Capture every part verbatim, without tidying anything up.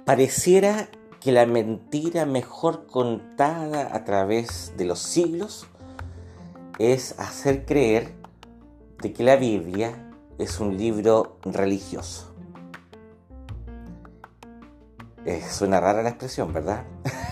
Pareciera que la mentira mejor contada a través de los siglos es hacer creer de que la Biblia es un libro religioso. Eh, suena rara la expresión, ¿verdad?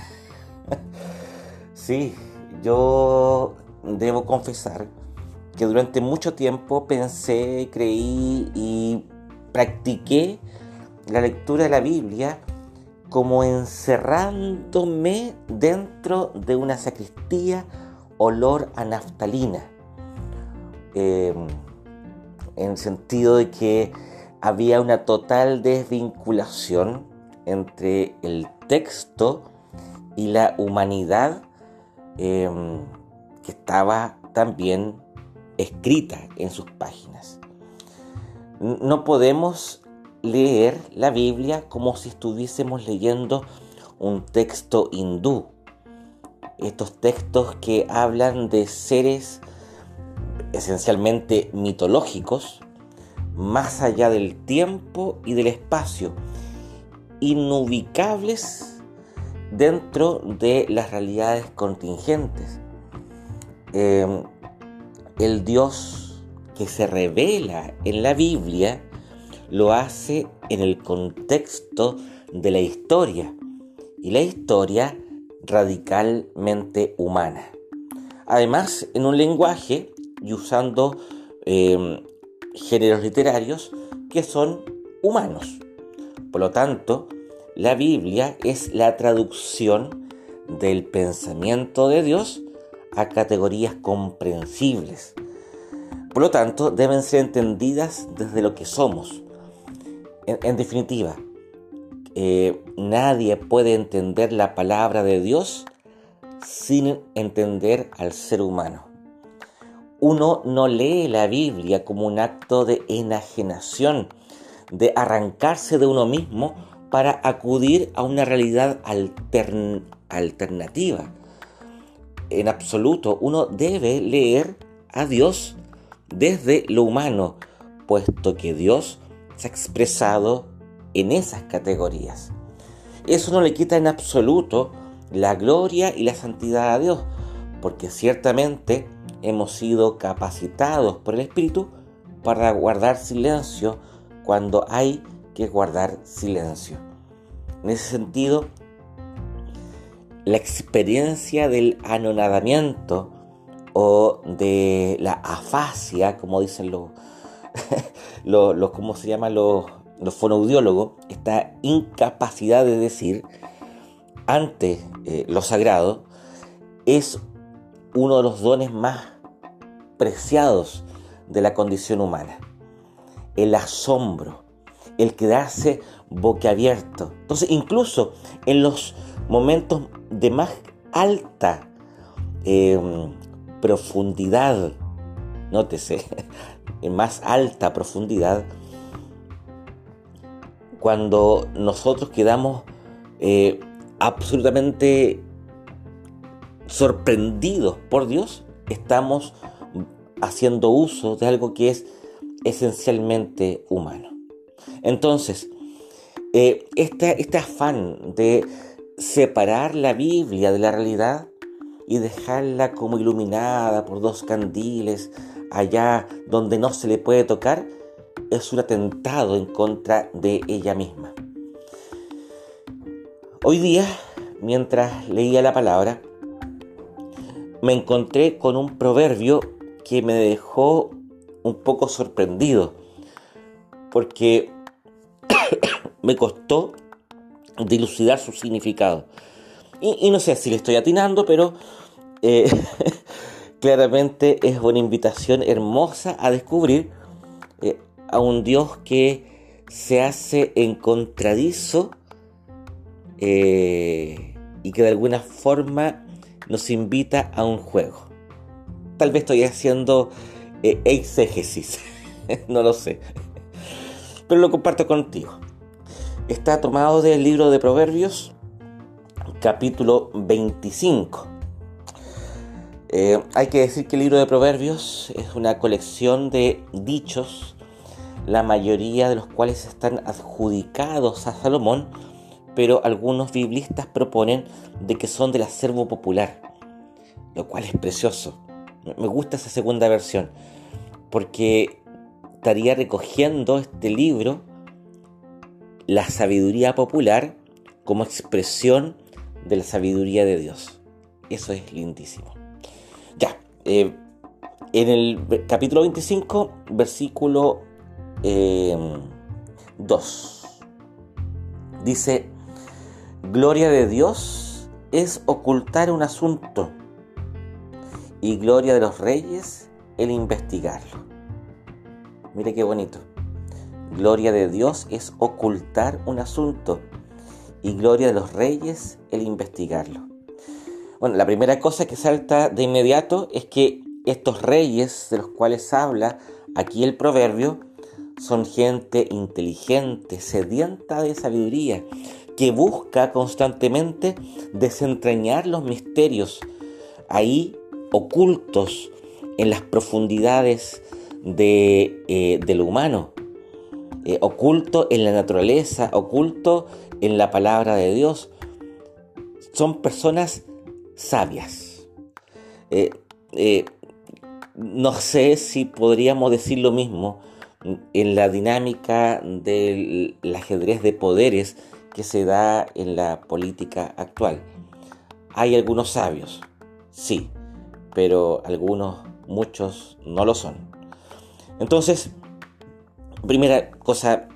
Sí, yo debo confesar que durante mucho tiempo pensé, creí y practiqué la lectura de la Biblia como encerrándome dentro de una sacristía olor a naftalina, eh, en el sentido de que había una total desvinculación entre el texto y la humanidad eh, que estaba también escrita en sus páginas. No podemos leer la Biblia como si estuviésemos leyendo un texto hindú. Estos textos que hablan de seres esencialmente mitológicos, más allá del tiempo y del espacio, inubicables dentro de las realidades contingentes. Eh, el Dios que se revela en la Biblia lo hace en el contexto de la historia, y la historia radicalmente humana. Además, en un lenguaje y usando eh, géneros literarios que son humanos. Por lo tanto, la Biblia es la traducción del pensamiento de Dios a categorías comprensibles. Por lo tanto, deben ser entendidas desde lo que somos. En, en definitiva, eh, nadie puede entender la palabra de Dios sin entender al ser humano. Uno no lee la Biblia como un acto de enajenación, de arrancarse de uno mismo para acudir a una realidad altern- alternativa. En absoluto, uno debe leer a Dios desde lo humano, puesto que Dios se ha expresado en esas categorías. Eso no le quita en absoluto la gloria y la santidad a Dios, porque ciertamente hemos sido capacitados por el Espíritu para guardar silencio cuando hay que guardar silencio. En ese sentido, la experiencia del anonadamiento o de la afasia, como dicen los, los, los ¿cómo se llama? los, los fonoaudiólogos, esta incapacidad de decir ante eh, lo sagrado, es uno de los dones más preciados de la condición humana. El asombro, el quedarse boquiabierto. Entonces, incluso en los momentos de más alta eh, profundidad, nótese, en más alta profundidad, cuando nosotros quedamos eh, absolutamente sorprendidos por Dios, estamos haciendo uso de algo que es esencialmente humano. Entonces, eh, este, este afán de separar la Biblia de la realidad y dejarla como iluminada por dos candiles allá donde no se le puede tocar, es un atentado en contra de ella misma. Hoy día, mientras leía la palabra, me encontré con un proverbio que me dejó un poco sorprendido, porque me costó dilucidar su significado. Y, y no sé si le estoy atinando, pero eh, claramente es una invitación hermosa a descubrir eh, a un Dios que se hace encontradizo eh, y que de alguna forma nos invita a un juego. Tal vez estoy haciendo eh, exégesis, no lo sé, pero lo comparto contigo. Está tomado del libro de Proverbios, capítulo veinticinco. Eh, hay que decir que el libro de Proverbios es una colección de dichos, la mayoría de los cuales están adjudicados a Salomón, pero algunos biblistas proponen de que son del acervo popular, lo cual es precioso. Me gusta esa segunda versión, porque estaría recogiendo este libro la sabiduría popular como expresión de la sabiduría de Dios. Eso es lindísimo. Ya, eh, en el capítulo veinticinco, versículo eh, dos, dice: gloria de Dios es ocultar un asunto, y gloria de los reyes el investigarlo. Mire qué bonito. Gloria de Dios es ocultar un asunto, y gloria de los reyes el investigarlo. Bueno, la primera cosa que salta de inmediato es que estos reyes de los cuales habla aquí el proverbio son gente inteligente, sedienta de sabiduría, que busca constantemente desentrañar los misterios ahí ocultos en las profundidades de, eh, de lo humano, eh, oculto en la naturaleza, oculto en la palabra de Dios. Son personas sabias. Eh, eh, no sé si podríamos decir lo mismo en la dinámica del ajedrez de poderes que se da en la política actual. Hay algunos sabios, sí, pero algunos, muchos, no lo son. Entonces, primera cosa,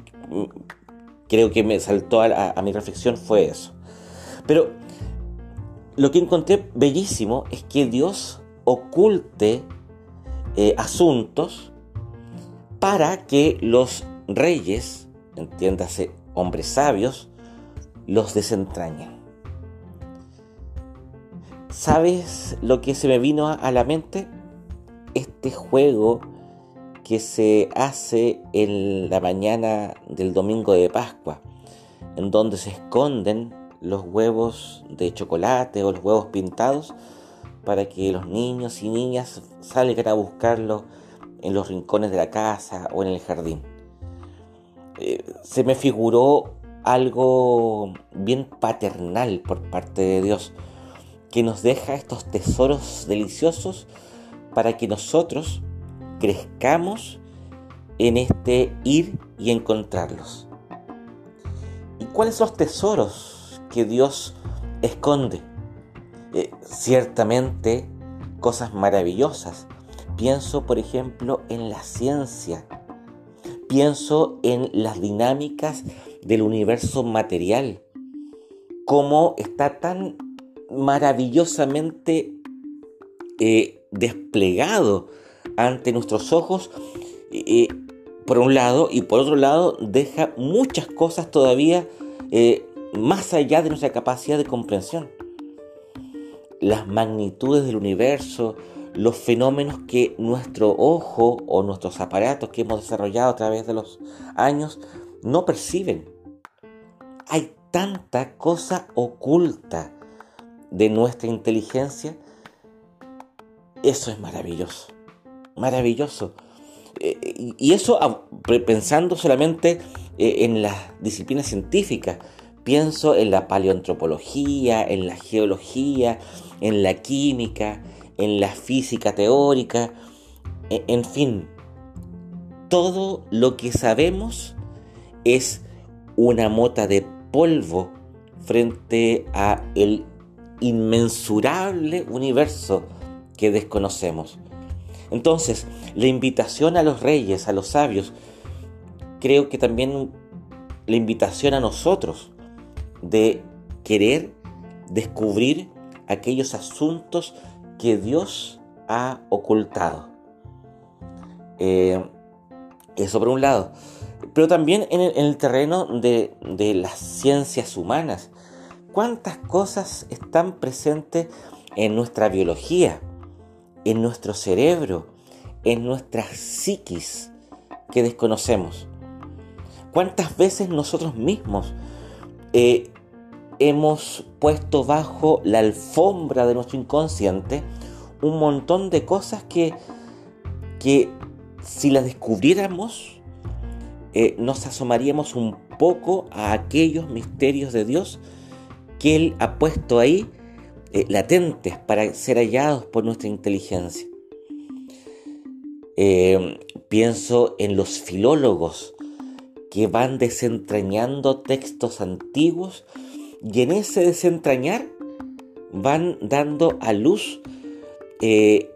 creo que me saltó a, a, a mi reflexión fue eso. Pero lo que encontré bellísimo es que Dios oculte eh, asuntos para que los reyes, entiéndase, hombres sabios, los desentrañen. ¿Sabes lo que se me vino a la mente? Este juego que se hace en la mañana del domingo de Pascua, en donde se esconden los huevos de chocolate o los huevos pintados para que los niños y niñas salgan a buscarlos en los rincones de la casa o en el jardín. Eh, se me figuró algo bien paternal por parte de Dios, que nos deja estos tesoros deliciosos para que nosotros crezcamos en este ir y encontrarlos. ¿Y cuáles son los tesoros que Dios esconde? Eh, ciertamente cosas maravillosas. Pienso, por ejemplo, en la ciencia. Pienso en las dinámicas del universo material. Cómo está tan maravillosamente eh, desplegado ante nuestros ojos, eh, por un lado, y por otro lado deja muchas cosas todavía eh, más allá de nuestra capacidad de comprensión. Las magnitudes del universo, los fenómenos que nuestro ojo o nuestros aparatos que hemos desarrollado a través de los años no perciben. Hay tanta cosa oculta de nuestra inteligencia. Eso es maravilloso, maravilloso. Eh, y eso pensando solamente eh, en las disciplinas científicas. Pienso en la paleoantropología, en la geología, en la química, en la física teórica, en, en fin, todo lo que sabemos es una mota de polvo frente a el inmensurable universo que desconocemos. Entonces, la invitación a los reyes, a los sabios, creo que también la invitación a nosotros de querer descubrir aquellos asuntos que Dios ha ocultado. Eh, eso por un lado. Pero también en el, en el terreno de, de las ciencias humanas. ¿Cuántas cosas están presentes en nuestra biología, en nuestro cerebro, en nuestra psiquis que desconocemos? ¿Cuántas veces nosotros mismos eh, hemos puesto bajo la alfombra de nuestro inconsciente un montón de cosas que, que si las descubriéramos, eh, nos asomaríamos un poco a aquellos misterios de Dios que Él ha puesto ahí, eh, latentes para ser hallados por nuestra inteligencia. Eh, pienso en los filólogos que van desentrañando textos antiguos y en ese desentrañar van dando a luz eh,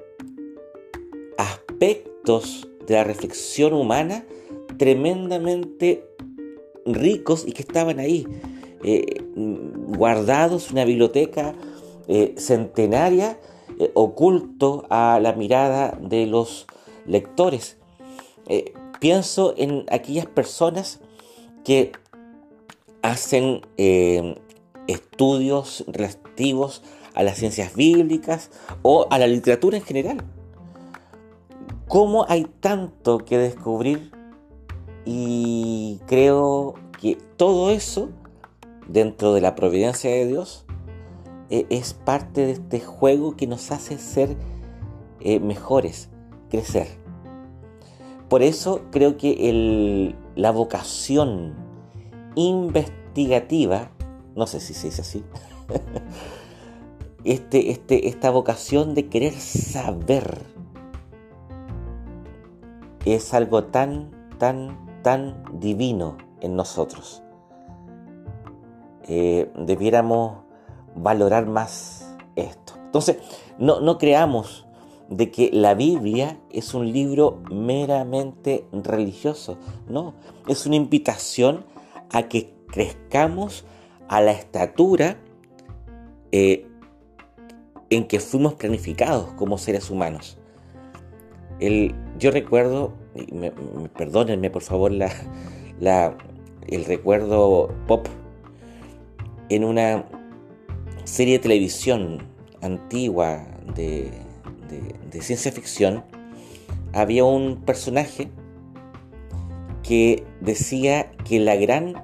aspectos de la reflexión humana tremendamente ricos y que estaban ahí, eh, guardados en una biblioteca eh, centenaria, eh, oculto a la mirada de los lectores. Eh, pienso en aquellas personas que hacen eh, estudios relativos a las ciencias bíblicas o a la literatura en general. ¿Cómo hay tanto que descubrir? Y creo que todo eso, dentro de la providencia de Dios, eh, es parte de este juego que nos hace ser eh, mejores, crecer. Por eso creo que el, la vocación investigativa, no sé si se dice así, este, este, esta vocación de querer saber es algo tan, tan, tan divino en nosotros. Eh, debiéramos valorar más esto. Entonces, no, no creamos de que la Biblia es un libro meramente religioso. No, es una invitación a que crezcamos a la estatura eh, en que fuimos planificados como seres humanos. El, yo recuerdo, me, me, perdónenme por favor la, la, el recuerdo pop, en una serie de televisión antigua de, de, de ciencia ficción, había un personaje que decía que la gran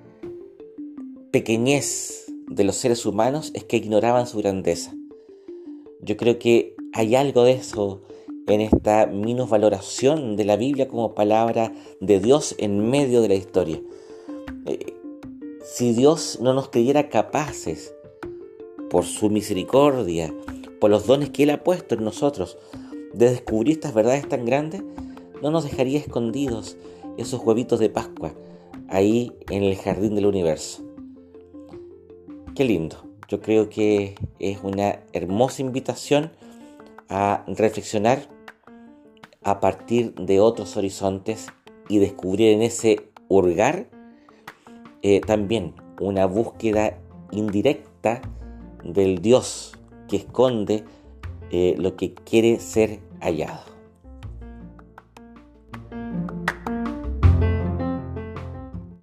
pequeñez de los seres humanos es que ignoraban su grandeza. Yo creo que hay algo de eso en esta minusvaloración de la Biblia como palabra de Dios en medio de la historia. Eh, si Dios no nos creyera capaces, por su misericordia, por los dones que Él ha puesto en nosotros, de descubrir estas verdades tan grandes, no nos dejaría escondidos esos huevitos de Pascua ahí en el jardín del universo. Qué lindo. Yo creo que es una hermosa invitación a reflexionar a partir de otros horizontes y descubrir en ese hurgar eh, también una búsqueda indirecta del Dios que esconde eh, lo que quiere ser hallado.